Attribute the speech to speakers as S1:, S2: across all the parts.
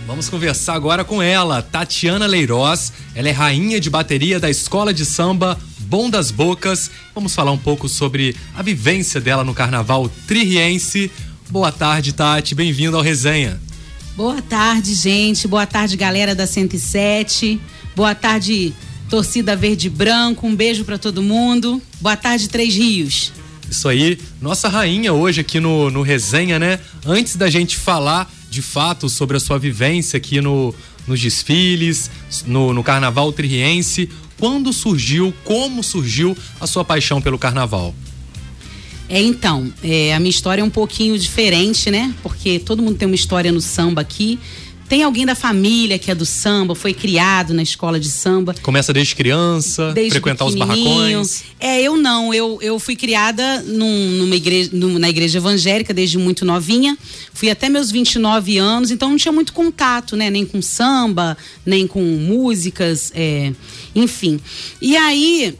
S1: Vamos conversar agora com ela, Tatiana Leiroz. Ela é rainha de bateria da Escola de Samba Bom das Bocas. Vamos falar um pouco sobre a vivência dela no Carnaval Tririense. Boa tarde, Tati. Bem-vindo ao Resenha.
S2: Boa tarde, gente. Boa tarde, galera da 107. Boa tarde, torcida verde e branco. Um beijo pra todo mundo. Boa tarde, Três Rios.
S1: Isso aí. Nossa rainha hoje aqui no Resenha, né? Antes da gente falar de fato sobre a sua vivência aqui nos desfiles, no Carnaval Tririense, como surgiu a sua paixão pelo Carnaval?
S2: Então, a minha história é um pouquinho diferente, né? Porque todo mundo tem uma história no samba aqui. Tem alguém da família que é do samba, foi criado na escola de samba.
S1: Começa desde criança, frequentar os barracões.
S2: Eu não, eu fui criada na igreja evangélica desde muito novinha. Fui até meus 29 anos, então não tinha muito contato, né? Nem com samba, nem com músicas, enfim. E aí,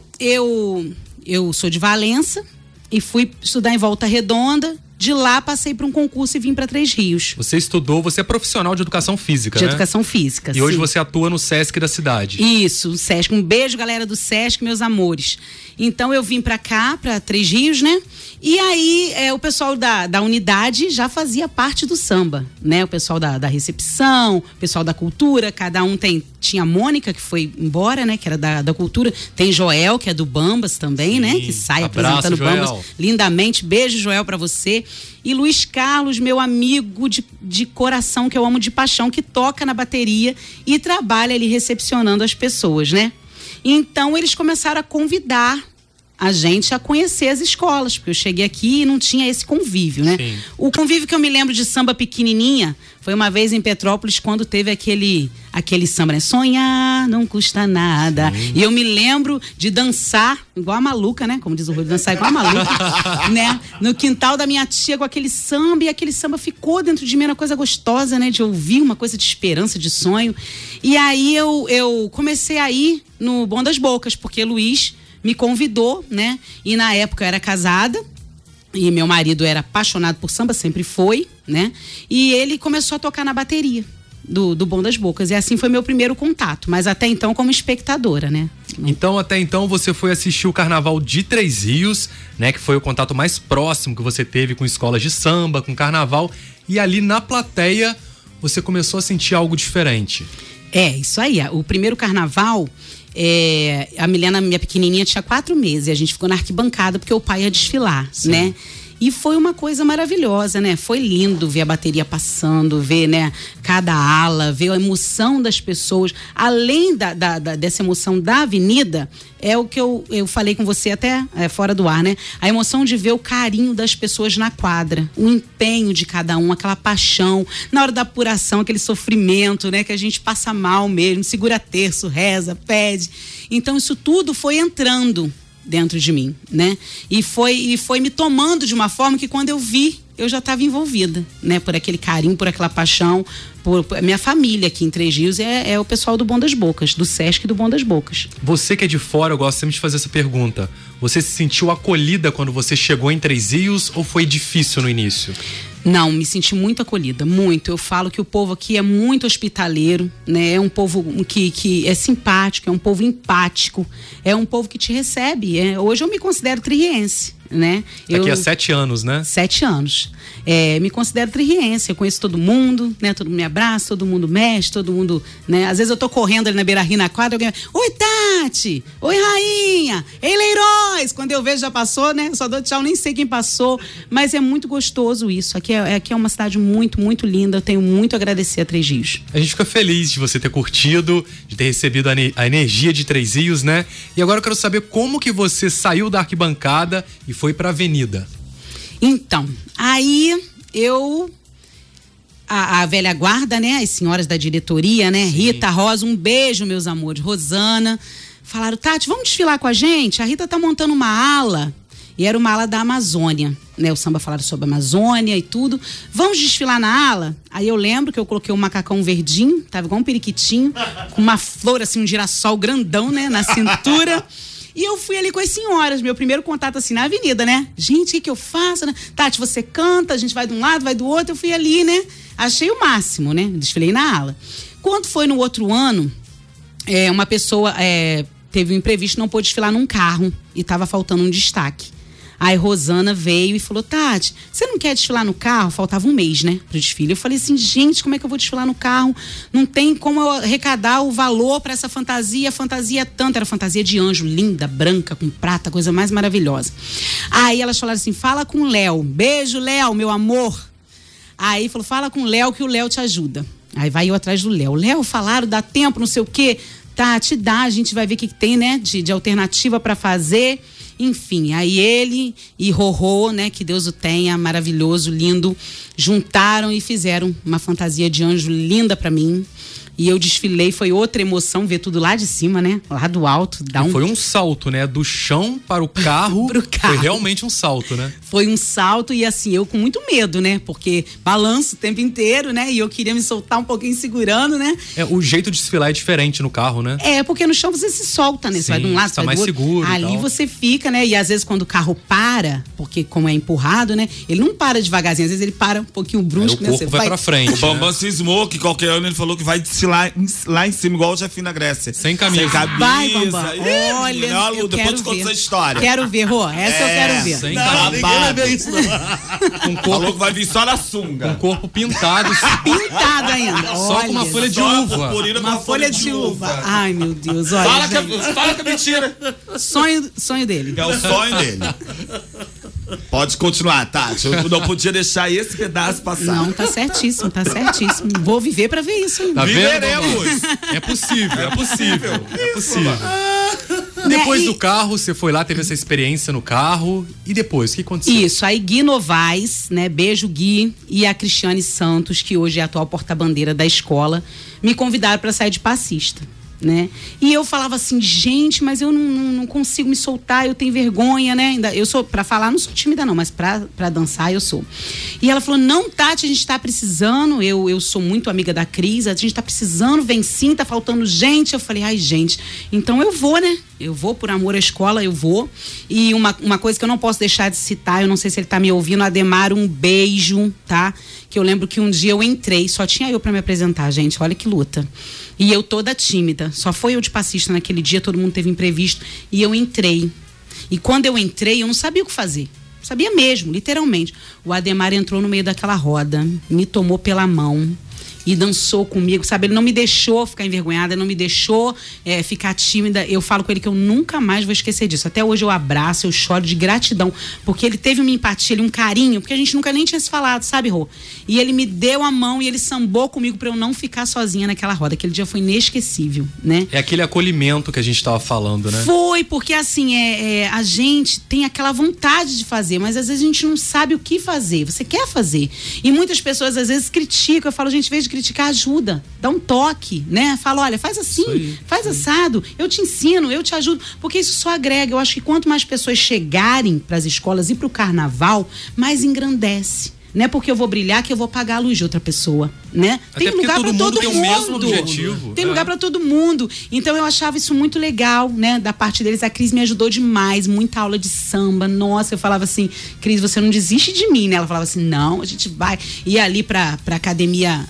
S2: eu sou de Valença e fui estudar em Volta Redonda. De lá passei para um concurso e vim para Três Rios.
S1: Você é profissional de educação física,
S2: né?
S1: De
S2: educação física,
S1: sim. E hoje você atua no Sesc da cidade.
S2: Isso, o Sesc. Um beijo, galera do Sesc, meus amores. Então eu vim para cá, para Três Rios, né? E aí o pessoal da unidade já fazia parte do samba, né? O pessoal da recepção, o pessoal da cultura, cada um tinha a Mônica, que foi embora, né? Que era da cultura. Tem Joel, que é do Bambas também, sim, né? Que sai apresentando Bambas lindamente. Beijo, Joel, pra você. E Luiz Carlos, meu amigo de coração, que eu amo de paixão, que toca na bateria e trabalha ali recepcionando as pessoas, né? Então eles começaram a convidar a gente a conhecer as escolas, porque eu cheguei aqui e não tinha esse convívio, né? Sim. O convívio que eu me lembro de samba pequenininha foi uma vez em Petrópolis, quando teve aquele samba, né? Sonhar não custa nada. Sim. E eu me lembro de dançar igual a maluca, né? Como diz o Rui, dançar igual a maluca, né? No quintal da minha tia com aquele samba, e aquele samba ficou dentro de mim, uma coisa gostosa, né? De ouvir, uma coisa de esperança, de sonho. E aí eu comecei a ir no Bom das Bocas, porque Luiz me convidou, né? E na época eu era casada e meu marido era apaixonado por samba, sempre foi, né? E ele começou a tocar na bateria do Bom das Bocas. E assim foi meu primeiro contato, mas até então como espectadora, né?
S1: Então, até então você foi assistir o Carnaval de Três Rios, né? Que foi o contato mais próximo que você teve com escolas de samba, com carnaval. E ali na plateia você começou a sentir algo diferente.
S2: Isso aí. O primeiro carnaval... a Milena, minha pequenininha, tinha 4 meses e a gente ficou na arquibancada porque o pai ia desfilar, sim, né? E foi uma coisa maravilhosa, né? Foi lindo ver a bateria passando, ver, né, cada ala, ver a emoção das pessoas. Além dessa emoção da avenida, é o que eu falei com você até fora do ar, né? A emoção de ver o carinho das pessoas na quadra, o empenho de cada um, aquela paixão, na hora da apuração, aquele sofrimento, né? Que a gente passa mal mesmo, segura terço, reza, pede. Então isso tudo foi entrando dentro de mim, né? E foi me tomando de uma forma que quando eu vi, eu já estava envolvida, né? Por aquele carinho, por aquela paixão, por minha família aqui em Três Rios é o pessoal do Bom das Bocas, do Sesc do Bom das Bocas.
S1: Você que é de fora, eu gosto sempre de fazer essa pergunta. Você se sentiu acolhida quando você chegou em Três Rios ou foi difícil no início?
S2: Não, me senti muito acolhida, muito. Eu falo que o povo aqui é muito hospitaleiro, né? É um povo que é simpático, é um povo empático, é um povo que te recebe. Hoje eu me considero tririense, né?
S1: Daqui a 7 anos, né?
S2: 7 anos. Me considero tririense, eu conheço todo mundo, né? Todo mundo me abraça, todo mundo mexe, todo mundo, né? Às vezes eu tô correndo ali na Beira-Rio, na quadra, alguém... Oi, Tati! Oi, rainha! Ei, Leiroz! Quando eu vejo já passou, né? Eu só dou tchau, nem sei quem passou, mas é muito gostoso isso. Aqui é uma cidade muito, muito linda, eu tenho muito a agradecer a Três Rios.
S1: A gente fica feliz de você ter curtido, de ter recebido a energia de Três Rios, né? E agora eu quero saber como que você saiu da arquibancada e foi pra avenida.
S2: Então, aí a velha guarda, né? As senhoras da diretoria, né? Sim. Rita, Rosa, um beijo, meus amores. Rosana, falaram, Tati, vamos desfilar com a gente? A Rita tá montando uma ala, e era uma ala da Amazônia, né? O samba falaram sobre a Amazônia e tudo. Vamos desfilar na ala? Aí eu lembro que eu coloquei um macacão verdinho, tava igual um periquitinho, com uma flor, assim, um girassol grandão, né? Na cintura. E eu fui ali com as senhoras, meu primeiro contato assim na avenida, né? Gente, o que eu faço, né? Tati, você canta, a gente vai de um lado, vai do outro. Eu fui ali, né? achei o máximo, né? Desfilei na ala. Quando foi no outro ano, uma pessoa teve um imprevisto, não pôde desfilar num carro e estava faltando um destaque. Aí Rosana veio e falou: Tati, você não quer desfilar no carro? Faltava um mês, né, pro desfile. Eu falei assim: gente, como é que eu vou desfilar no carro? Não tem como eu arrecadar o valor para essa fantasia. A fantasia é tanto, era fantasia de anjo, linda, branca, com prata, coisa mais maravilhosa. Aí elas falaram assim: fala com o Léo. Beijo, Léo, meu amor. Aí falou: fala com o Léo que o Léo te ajuda. Aí vai eu atrás do Léo. Léo, falaram, dá tempo, não sei o quê. Tati, dá, a gente vai ver o que tem, né, de alternativa para fazer. Enfim, aí ele e Rorô, né, que Deus o tenha, maravilhoso, lindo, juntaram e fizeram uma fantasia de anjo linda pra mim. E eu desfilei, foi outra emoção ver tudo lá de cima, né? Lá do alto.
S1: Foi um salto, né? Do chão para o carro.
S2: Pro carro.
S1: Foi realmente um salto, né?
S2: Foi um salto e assim, eu com muito medo, né? Porque balanço o tempo inteiro, né? E eu queria me soltar um pouquinho segurando, né?
S1: O jeito de desfilar é diferente no carro, né?
S2: Porque no chão você se solta, né?
S1: Sim,
S2: você vai de um lado,
S1: tá
S2: vai
S1: mais
S2: do outro.
S1: seguro.
S2: Ali você fica, né? E às vezes quando o carro para, porque como é empurrado, né? Ele não para devagarzinho, às vezes ele para um pouquinho brusco,
S1: né? O corpo vai pra frente.
S3: O Bambam cismou que qualquer ano ele falou que vai desfilar lá em cima, igual o Jefinho na Grécia.
S1: Sem camisa.
S3: Sem camisa.
S2: Vai, Bambam. Olha,
S3: eu depois te conto essa história.
S2: Quero ver, Rô. Essa eu quero ver.
S1: Sem
S4: Não,
S1: camisa.
S4: ninguém vai ver isso, não.
S3: Falou que vai vir só na sunga.
S1: Com o corpo pintado.
S2: Pintado ainda.
S1: Só com uma folha de
S3: Só
S1: uva.
S3: purpurina com
S2: Uma folha de uva. Ai, meu Deus, olha.
S3: Fala que é mentira.
S2: Sonho dele.
S3: É o sonho dele. Pode continuar, Tati. Eu não podia deixar esse pedaço passar.
S2: Não, tá certíssimo, tá certíssimo. Vou viver pra ver isso ainda.
S1: Tá vendo?
S3: Viveremos.
S1: É possível, é possível. É possível. Depois do carro, você foi lá, teve essa experiência no carro. E depois, o que aconteceu?
S2: Isso, aí Gui Novaes, né? Beijo, Gui, e a Cristiane Santos, que hoje é a atual porta-bandeira da escola, me convidaram pra sair de passista, né? E eu falava assim: gente, mas eu não consigo me soltar, eu tenho vergonha, né? Eu sou, pra falar, não sou tímida não, mas pra dançar eu sou. E ela falou: não, Tati, a gente tá precisando, eu sou muito amiga da Cris, a gente tá precisando, vem sim, tá faltando gente. Eu falei: ai, gente, então eu vou, né? Eu vou, por amor à escola, eu vou. E uma coisa que eu não posso deixar de citar, eu não sei se ele tá me ouvindo, Ademar, um beijo, tá? Que eu lembro que um dia eu entrei, só tinha eu pra me apresentar, gente, olha que luta. E eu toda tímida, só foi eu de passista naquele dia, todo mundo teve imprevisto, e eu entrei. E quando eu entrei, eu não sabia o que fazer. Sabia mesmo, literalmente. O Ademar entrou no meio daquela roda, me tomou pela mão e dançou comigo, sabe? Ele não me deixou ficar envergonhada, não me deixou ficar tímida. Eu falo com ele que eu nunca mais vou esquecer disso. Até hoje eu abraço, eu choro de gratidão, porque ele teve uma empatia, um carinho, porque a gente nunca nem tinha se falado, sabe, Rô? E ele me deu a mão e ele sambou comigo pra eu não ficar sozinha naquela roda. Aquele dia foi inesquecível, né?
S1: É aquele acolhimento que a gente tava falando, né?
S2: Foi, porque assim, a gente tem aquela vontade de fazer, mas às vezes a gente não sabe o que fazer. Você quer fazer. E muitas pessoas às vezes criticam. Eu falo: gente, em vez de criticar, ajuda, dá um toque, né? Fala: olha, faz assim, faz assado, eu te ensino, eu te ajudo, porque isso só agrega. Eu acho que quanto mais pessoas chegarem para as escolas e para o carnaval, mais engrandece, né? Porque eu vou brilhar, que eu vou pagar a luz de outra pessoa, né?
S1: Até
S2: tem lugar para todo mundo,
S1: tem o mesmo objetivo.
S2: Tem lugar para todo mundo. Então eu achava isso muito legal, né? Da parte deles, a Cris me ajudou demais, muita aula de samba. Nossa, eu falava assim: Cris, você não desiste de mim, né? Ela falava assim: não, a gente vai ir ali para academia.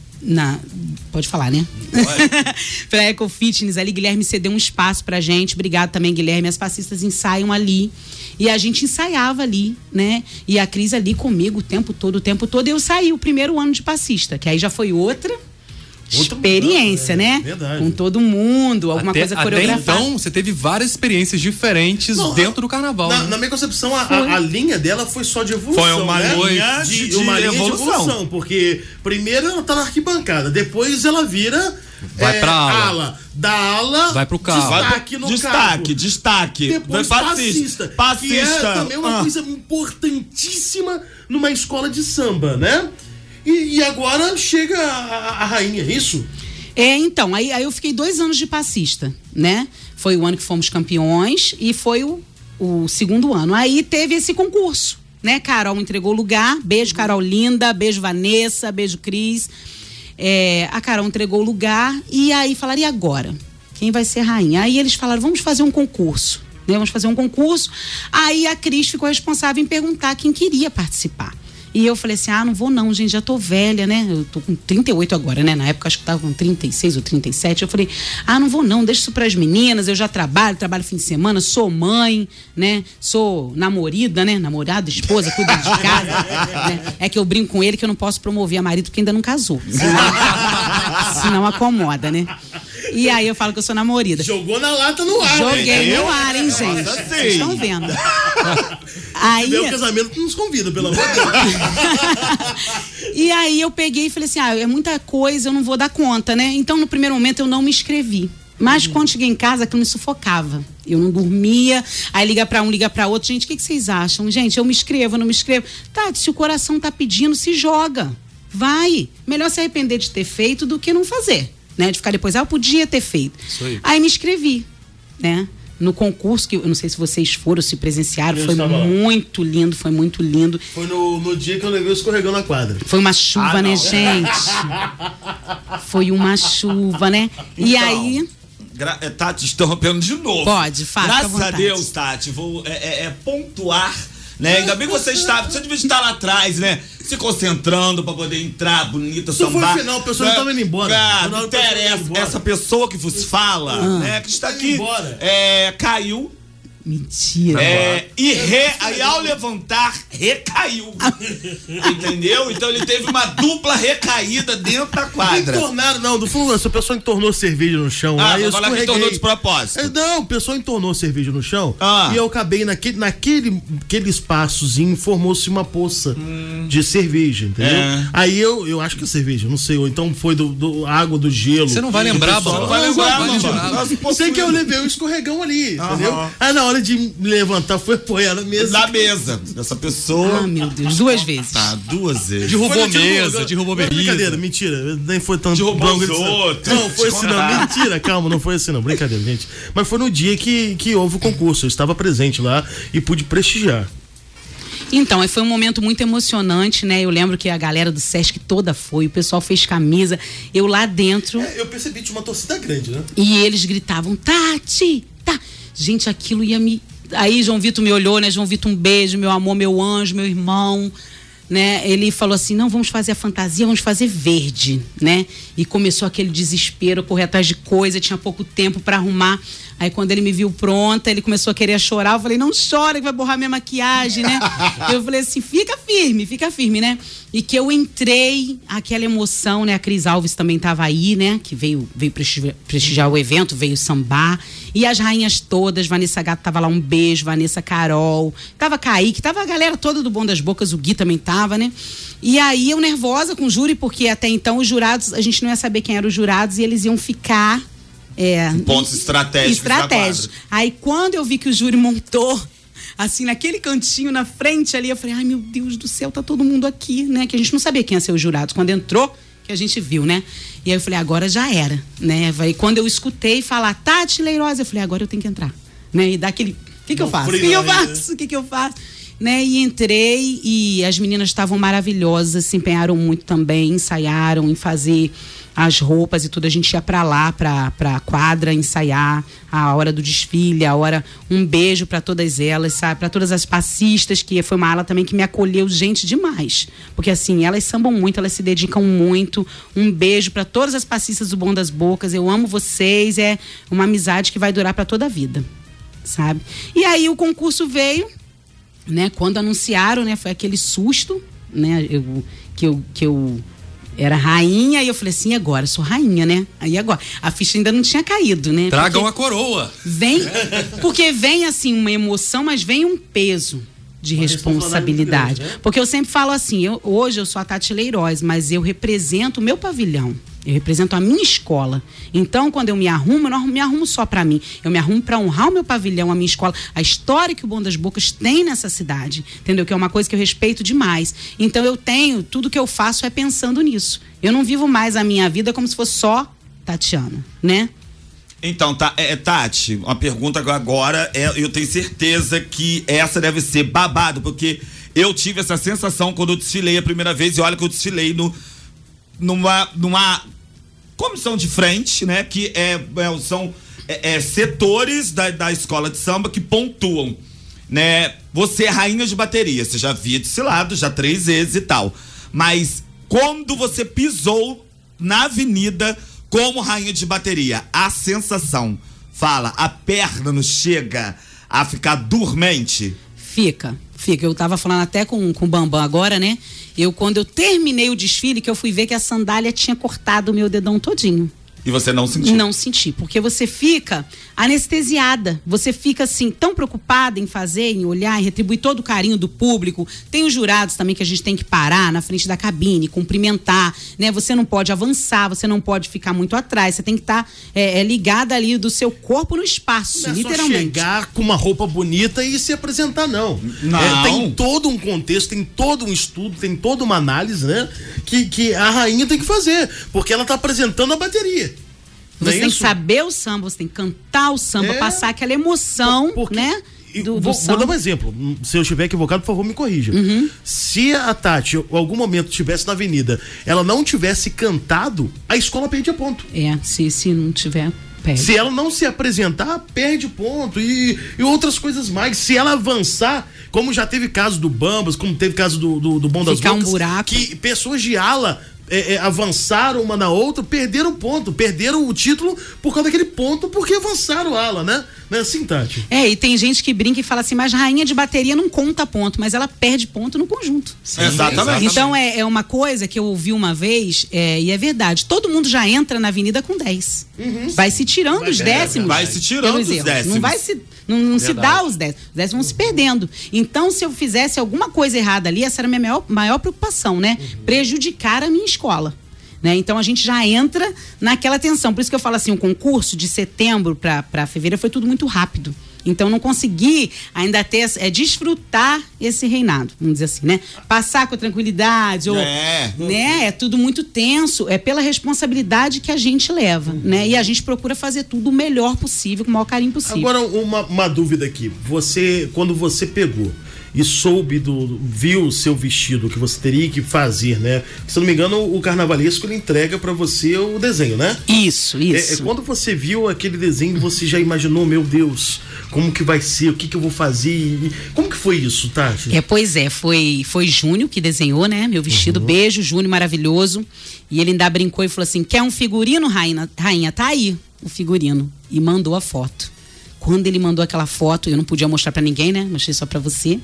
S2: Pode falar, né? Pra Eco Fitness ali, Guilherme cedeu um espaço pra gente. Obrigado também, Guilherme. As passistas ensaiam ali. E a gente ensaiava ali, né? E a Cris ali comigo o tempo todo. E eu saí o primeiro ano de passista, que aí já foi outra experiência, né?
S4: Verdade.
S2: Com todo mundo, alguma coisa coreografada.
S1: Até então, você teve várias experiências diferentes dentro do carnaval.
S4: Na minha concepção, a linha dela foi só de evolução.
S3: Foi uma linha de evolução.
S4: Porque primeiro ela tá na arquibancada, depois ela vira
S1: vai pra ala.
S4: Da ala
S1: vai pro carro.
S4: Destaque no carro.
S3: Destaque.
S4: Depois passista. Que é também uma coisa importantíssima numa escola de samba, né? E agora chega a rainha, é isso?
S2: Então, aí eu fiquei 2 anos de passista, né? Foi o ano que fomos campeões e foi o segundo ano. Aí teve esse concurso, né? Carol entregou o lugar. Beijo, Carol linda. Beijo, Vanessa. Beijo, Cris. A Carol entregou o lugar e aí falaram: e agora? Quem vai ser rainha? Aí eles falaram: vamos fazer um concurso, né? Vamos fazer um concurso. Aí a Cris ficou responsável em perguntar quem queria participar. E eu falei assim, não vou não, gente, já tô velha, né? Eu tô com 38 agora, né? Na época acho que tava com 36 ou 37. Eu falei, não vou não, deixa isso pras meninas, eu já trabalho fim de semana, sou mãe, né? Sou namorada, né? Namorada, esposa, cuido de casa. Né? É que eu brinco com ele que eu não posso promover a marido porque ainda não casou. Senão acomoda, né? E aí eu falo que eu sou namorada.
S4: Jogou na lata no ar.
S2: Joguei no ar, hein, gente? Vocês estão vendo. Aí...
S4: Meu casamento não nos convida, pelo amor de Deus.
S2: E aí eu peguei e falei assim, é muita coisa, eu não vou dar conta, né? Então no primeiro momento eu não me inscrevi. Mas quando cheguei em casa, aquilo me sufocava. Eu não dormia, aí liga pra um, liga pra outro. Gente, o que vocês acham? Gente, eu me inscrevo, eu não me inscrevo. Tati, se o coração tá pedindo, se joga. Vai. Melhor se arrepender de ter feito do que não fazer. Né? De ficar depois, eu podia ter feito. Aí me inscrevi, né? No concurso, que eu não sei se vocês foram, se presenciaram, foi muito lindo, foi muito lindo.
S4: Foi no dia que eu levei o escorregão na quadra.
S2: Foi uma chuva, né, gente? Foi uma chuva, né?
S3: Então,
S2: e aí...
S3: Tati, interrompendo de novo.
S2: Pode, fala.
S3: Graças a Deus, Tati, vou pontuar, né? Ainda bem que você devia estar lá atrás, né? Se concentrando pra poder entrar, bonita, sambar.
S4: Foi no final, a pessoa não tava indo embora.
S3: Não interessa. Essa pessoa que vos fala, né? Que está aqui, caiu.
S2: Mentira.
S3: E ao levantar, recaiu. Entendeu? Então ele teve uma dupla recaída dentro da quadra.
S4: Entornaram, não, do fundo, essa pessoa entornou cerveja no chão.
S3: Aí eu escorreguei. Entornou de propósito.
S4: Não, a pessoa entornou cerveja no chão e eu acabei naquele espaçozinho, formou-se uma poça de cerveja, entendeu? Aí eu acho que é cerveja, não sei, ou então foi do água, do gelo.
S1: Você não vai lembrar,
S3: Você não vai lembrar, não.
S4: Sei que eu levei o escorregão ali, entendeu? Aí na hora de me levantar, foi apoiar na mesa.
S3: Na mesa. Essa pessoa.
S2: Meu Deus, 2 vezes.
S3: Tá, 2 vezes.
S1: Derrubou mesa.
S4: Brincadeira, mentira. Nem foi tanto.
S3: Derrubou os outros.
S4: Não, foi assim não. Mentira, calma, não foi assim não. Brincadeira, gente. Mas foi no dia que houve o concurso. Eu estava presente lá e pude prestigiar.
S2: Então, foi um momento muito emocionante, né? Eu lembro que a galera do Sesc toda foi, o pessoal fez camisa, eu lá dentro.
S4: Eu percebi que tinha uma torcida grande, né?
S2: E eles gritavam, Tati, tá. Gente, aquilo ia me... Aí João Vitor me olhou, né? João Vitor, um beijo, meu amor, meu anjo, meu irmão, né? Ele falou assim, não, vamos fazer a fantasia, vamos fazer verde, né? E começou aquele desespero, correr atrás de coisa, tinha pouco tempo para arrumar. Aí quando ele me viu pronta, ele começou a querer chorar. Eu falei, não chora que vai borrar minha maquiagem, né? Eu falei assim, fica firme, né? E que eu entrei, aquela emoção, né? A Cris Alves também estava aí, né? Que veio prestigiar o evento, veio sambar. E as rainhas todas, Vanessa Gato tava lá, um beijo, Vanessa Carol. Tava Kaique, tava a galera toda do Bom das Bocas, o Gui também tava, né? E aí eu nervosa com o júri, porque até então os jurados, a gente não ia saber quem eram os jurados e eles iam ficar...
S3: pontos estratégicos.
S2: Aí quando eu vi que o júri montou, assim, naquele cantinho na frente ali, eu falei, ai meu Deus do céu, tá todo mundo aqui, né? Que a gente não sabia quem ia ser os jurados. Quando entrou, que a gente viu, né? E aí eu falei, agora já era, né? Aí quando eu escutei falar Tati Leirosa, eu falei, agora eu tenho que entrar, né? E dar aquele, o que eu faço? O que eu faço? Né? E entrei e as meninas estavam maravilhosas, se empenharam muito também, ensaiaram em fazer as roupas e tudo, a gente ia pra lá, pra quadra, ensaiar a hora do desfile, um beijo pra todas elas, sabe? Pra todas as passistas, que foi uma ala também que me acolheu, gente, demais. Porque assim, elas sambam muito, elas se dedicam muito. Um beijo pra todas as passistas do Bom das Bocas, eu amo vocês, é uma amizade que vai durar pra toda a vida, sabe? E aí o concurso veio, né? Quando anunciaram, né? Foi aquele susto, né? Que eu era rainha, e eu falei assim, agora, sou rainha, né? Aí agora, a ficha ainda não tinha caído, né?
S1: Tragam a coroa.
S2: Porque vem assim uma emoção, mas vem um peso de responsabilidade. Grande, né? Porque eu sempre falo assim, hoje eu sou a Tati Leirosa, mas eu represento o meu pavilhão. Eu represento a minha escola. Então, quando eu me arrumo, eu não me arrumo só pra mim. Eu me arrumo pra honrar o meu pavilhão, a minha escola, a história que o Bom das Bocas tem nessa cidade. Entendeu? Que é uma coisa que eu respeito demais. Então, tudo que eu faço é pensando nisso. Eu não vivo mais a minha vida como se fosse só Tatiana, né?
S3: Então, Tati, uma pergunta agora, eu tenho certeza que essa deve ser babado, porque eu tive essa sensação quando eu desfilei a primeira vez, e olha que eu desfilei numa comissão de frente, né? Que são setores da escola de samba que pontuam. né? Você é rainha de bateria, você já havia desfilado já 3 vezes e tal. Mas quando você pisou na avenida como rainha de bateria, a sensação, fala, a perna não chega a ficar dormente?
S2: Fica. Eu tava falando até com o Bambam agora, né? Quando eu terminei o desfile, que eu fui ver que a sandália tinha cortado o meu dedão todinho.
S3: E você não sentiu?
S2: Não senti, porque você fica anestesiada. Você fica, assim, tão preocupada em fazer, em olhar, em retribuir todo o carinho do público. Tem os jurados também que a gente tem que parar na frente da cabine, cumprimentar, né? Você não pode avançar, você não pode ficar muito atrás. Você tem que estar ligada ali do seu corpo no espaço,
S4: não
S2: literalmente.
S4: Não é só chegar com uma roupa bonita e se apresentar, não. Tem todo um contexto, tem todo um estudo, tem toda uma análise, né? Que a rainha tem que fazer, porque ela tá apresentando a bateria.
S2: Você tem que saber o samba, você tem que cantar o samba, passar aquela emoção, né?
S4: Vou dar um exemplo. Se eu estiver equivocado, por favor, me corrija. Se a Tati, em algum momento, estivesse na avenida, ela não tivesse cantado, a escola perdia ponto.
S2: Se não tiver, perde.
S4: Se ela não se apresentar, perde ponto. E outras coisas mais. Se ela avançar, como já teve caso do Bambas, como teve caso do Bom das Bocas,
S2: um buraco.
S4: Que pessoas de ala avançaram uma na outra, perderam ponto, perderam o título por causa daquele ponto, porque avançaram a ala, né? Não é assim, Tati?
S2: E tem gente que brinca e fala assim, mas rainha de bateria não conta ponto, mas ela perde ponto no conjunto.
S3: Sim, exatamente.
S2: Então é uma coisa que eu ouvi uma vez, e é verdade, todo mundo já entra na avenida com 10. Vai se tirando os décimos.
S3: Vai se tirando os décimos.
S2: Não vai se... Não se dá os décimos. Os décimos vão se perdendo. Então, se eu fizesse alguma coisa errada ali, essa era a minha maior preocupação, né? Prejudicar a minha escola. Né? Então, a gente já entra naquela tensão. Por isso que eu falo assim, o concurso de setembro para fevereiro foi tudo muito rápido. Então, não consegui ainda ter, desfrutar esse reinado, vamos dizer assim, né? Passar com tranquilidade, né? É tudo muito tenso, é pela responsabilidade que a gente leva, né? E a gente procura fazer tudo o melhor possível, com o maior carinho possível.
S4: Agora, uma dúvida aqui. Quando você pegou e viu o seu vestido, que você teria que fazer, né? Se eu não me engano, o carnavalesco, ele entrega pra você o desenho, né?
S2: Isso.
S4: Quando você viu aquele desenho, você já imaginou, meu Deus, como que vai ser, o que eu vou fazer? Como que foi isso, Tati?
S2: Foi Júnior que desenhou, né? Meu vestido, beijo, Júnior, maravilhoso. E ele ainda brincou e falou assim, quer um figurino, rainha? Tá aí o figurino. E mandou a foto. Quando ele mandou aquela foto, eu não podia mostrar pra ninguém, né? Mostrei só pra você.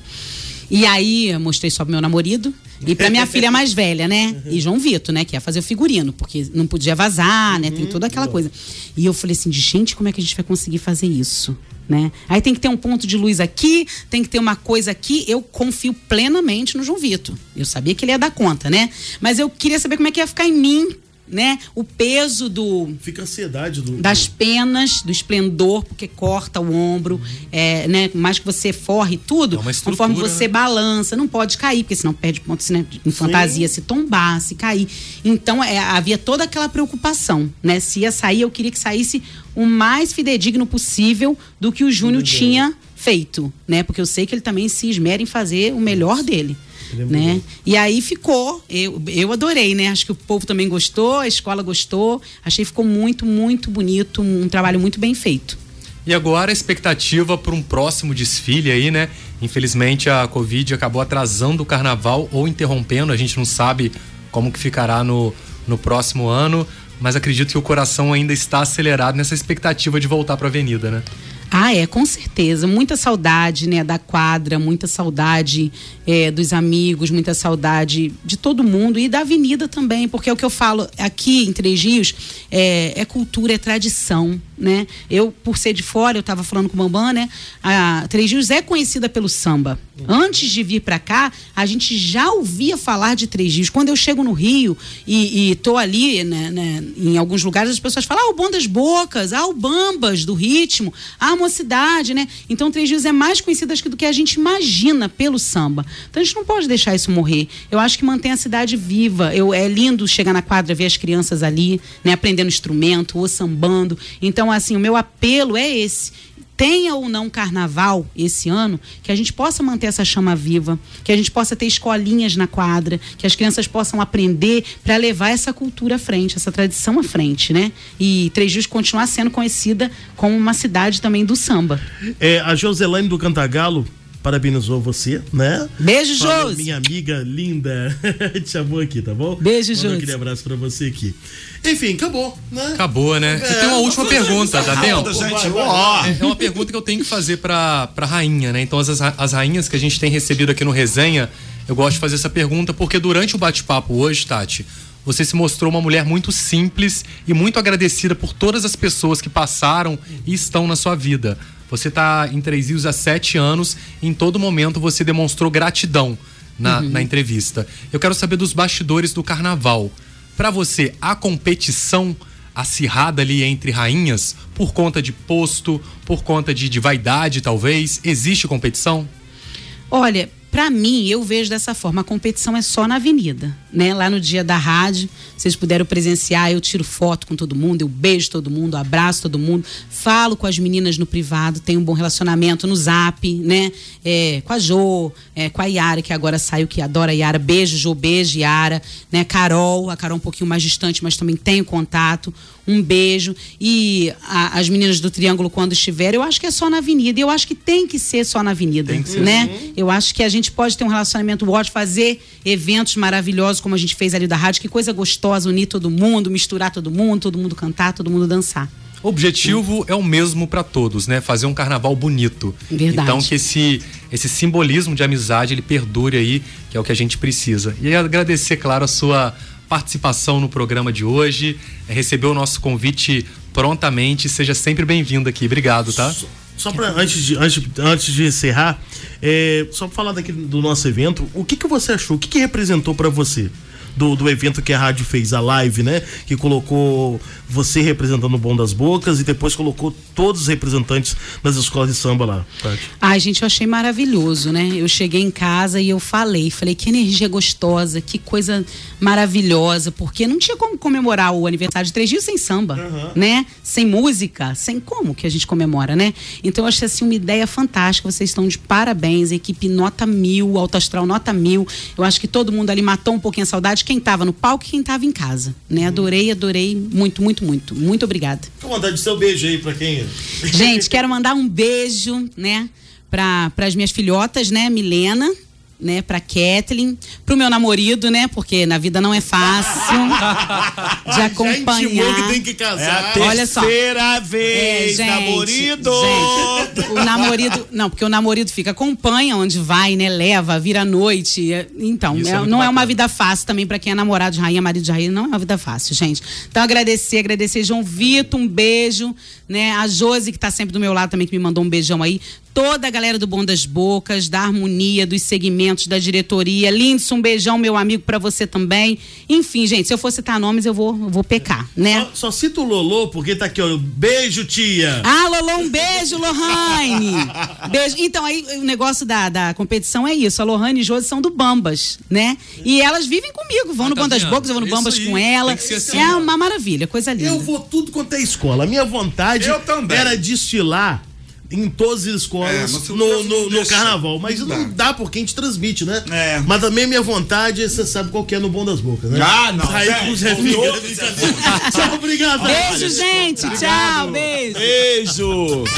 S2: E aí, eu mostrei só pro meu namorado e pra minha filha mais velha, né? E João Vitor, né? Que ia fazer o figurino, porque não podia vazar, né? Tem toda aquela coisa. E eu falei assim, gente, como é que a gente vai conseguir fazer isso? Né? Aí tem que ter um ponto de luz aqui, tem que ter uma coisa aqui. Eu confio plenamente no João Vitor. Eu sabia que ele ia dar conta, né? Mas eu queria saber como é que ia ficar em mim, né? O peso
S4: fica a ansiedade
S2: das penas, do esplendor, porque corta o ombro, né? Mais que você forre tudo, conforme você balança, não pode cair, porque senão perde pontos, né? Em fantasia, se tombar, se cair. Então havia toda aquela preocupação, né? Se ia sair, eu queria que saísse o mais fidedigno possível do que o Júnior tinha feito, né? Porque eu sei que ele também se esmera em fazer o melhor dele. Né? E aí ficou, eu adorei, né? Acho que o povo também gostou, a escola gostou, achei que ficou muito, muito bonito, um trabalho muito bem feito.
S1: E agora a expectativa para um próximo desfile aí, né? Infelizmente a Covid acabou atrasando o carnaval ou interrompendo, a gente não sabe como que ficará no próximo ano, mas acredito que o coração ainda está acelerado nessa expectativa de voltar para a avenida, né?
S2: Com certeza. Muita saudade, né, da quadra, muita saudade dos amigos, muita saudade de todo mundo e da avenida também, porque é o que eu falo aqui em Três Rios, é cultura, é tradição, né? Eu, por ser de fora, eu estava falando com o Bambam, né? A Três Rios é conhecida pelo samba. Antes de vir para cá, a gente já ouvia falar de Três Rios. Quando eu chego no Rio e tô ali, né, em alguns lugares, as pessoas falam, o Bom das Bocas, o Bambas do ritmo, a Mocidade, né? Então Três Rios é mais conhecida do que a gente imagina pelo samba. Então a gente não pode deixar isso morrer. Eu acho que mantém a cidade viva. É lindo chegar na quadra, ver as crianças ali, né, aprendendo instrumento ou sambando. Então, assim, o meu apelo é esse. Tenha ou não carnaval esse ano, que a gente possa manter essa chama viva, que a gente possa ter escolinhas na quadra, que as crianças possam aprender para levar essa cultura à frente, essa tradição à frente, né? E Três Rios continuar sendo conhecida como uma cidade também do samba.
S4: A Joselane do Cantagalo parabenizou você, né?
S2: Beijo, Josi.
S4: Minha amiga linda te chamou aqui, tá bom?
S2: Beijo, Josi.
S4: Aquele abraço pra você aqui. Enfim, acabou, né?
S1: Acabou, né? Você tem uma última pergunta, dá tempo? É uma pergunta que eu tenho que fazer pra rainha, né? Então, as rainhas que a gente tem recebido aqui no Resenha, eu gosto de fazer essa pergunta porque durante o bate-papo hoje, Tati, você se mostrou uma mulher muito simples e muito agradecida por todas as pessoas que passaram e estão na sua vida. Você está em Três Rios há 7 anos e em todo momento você demonstrou gratidão na entrevista. Eu quero saber dos bastidores do carnaval. Para você, a competição acirrada ali entre rainhas, por conta de posto, por conta de vaidade talvez, existe competição?
S2: Olha, pra mim, eu vejo dessa forma, a competição é só na avenida, né? Lá no dia da rádio, vocês puderam presenciar, eu tiro foto com todo mundo, eu beijo todo mundo, abraço todo mundo, falo com as meninas no privado, tenho um bom relacionamento no Zap, né? Com a Jo, com a Yara, que agora saiu, que adora a Yara, beijo Jo, beijo Yara, né? A Carol um pouquinho mais distante, mas também tenho contato, um beijo. E as meninas do Triângulo, quando estiverem, eu acho que é só na avenida, e eu acho que tem que ser só na avenida, né? Eu acho que a gente pode ter um relacionamento ótimo, fazer eventos maravilhosos como a gente fez ali da rádio, que coisa gostosa, unir todo mundo, misturar todo mundo cantar, todo mundo dançar.
S1: O objetivo é o mesmo para todos, né? Fazer um carnaval bonito.
S2: Verdade.
S1: Então que esse simbolismo de amizade, ele perdure aí, que é o que a gente precisa. E agradecer, claro, a sua participação no programa de hoje, recebeu o nosso convite prontamente, seja sempre bem-vindo aqui. Obrigado, tá?
S4: Só para antes de encerrar, só para falar do nosso evento, o que você achou? O que representou para você do evento que a rádio fez, a live, né? Que colocou você representando o Bom das Bocas e depois colocou todos os representantes das escolas de samba lá. Tati.
S2: Ai, gente, eu achei maravilhoso, né? Eu cheguei em casa e eu falei que energia gostosa, que coisa maravilhosa, porque não tinha como comemorar o aniversário de 3 dias sem samba, né? Sem música, sem como que a gente comemora, né? Então eu achei assim uma ideia fantástica, vocês estão de parabéns, equipe nota 1000, Alto Astral nota 1000, eu acho que todo mundo ali matou um pouquinho a saudade, quem tava no palco e quem tava em casa, né? Adorei muito obrigada.
S4: Com vontade de seu beijo aí pra quem?
S2: Gente, quero mandar um beijo, né, para as minhas filhotas, né, Milena, né, pra Kathleen, pro meu namorado, né, porque na vida não é fácil de acompanhar. Já intimou
S4: que tem que casar.
S2: Olha só.
S3: Terceira vez, gente, namorado.
S2: Gente, o namorado, não, porque o namorado acompanha onde vai, né, leva, vira à noite, então, não é uma vida fácil também pra quem é namorado de rainha, marido de rainha, não é uma vida fácil, gente. Então agradecer João Vitor, um beijo, né, a Josi que tá sempre do meu lado também, que me mandou um beijão aí, toda a galera do Bom das Bocas, da Harmonia, dos segmentos, da diretoria. Lindson, um beijão, meu amigo, pra você também. Enfim, gente, se eu for citar nomes, eu vou pecar, né?
S4: Só cita o Lolô, porque tá aqui, ó. Beijo, tia!
S2: Ah, Lolô, um beijo, Lohane! Beijo. Então, aí, o negócio da competição é isso. A Lohane e Josi são do Bambas, né? E elas vivem comigo, vão no Bom das Bocas, eu vou no Bambas com ela. Assim, é uma maravilha, coisa linda.
S4: Eu vou tudo quanto é escola. A minha vontade era desfilar em todas as escolas no carnaval, mas não dá porque a gente transmite, né? Mas também minha vontade, você sabe qual que é no Bom das Bocas, né?
S3: Não.
S4: Tchau, obrigado.
S2: Beijo, gente. Tchau, beijo.
S3: Beijo.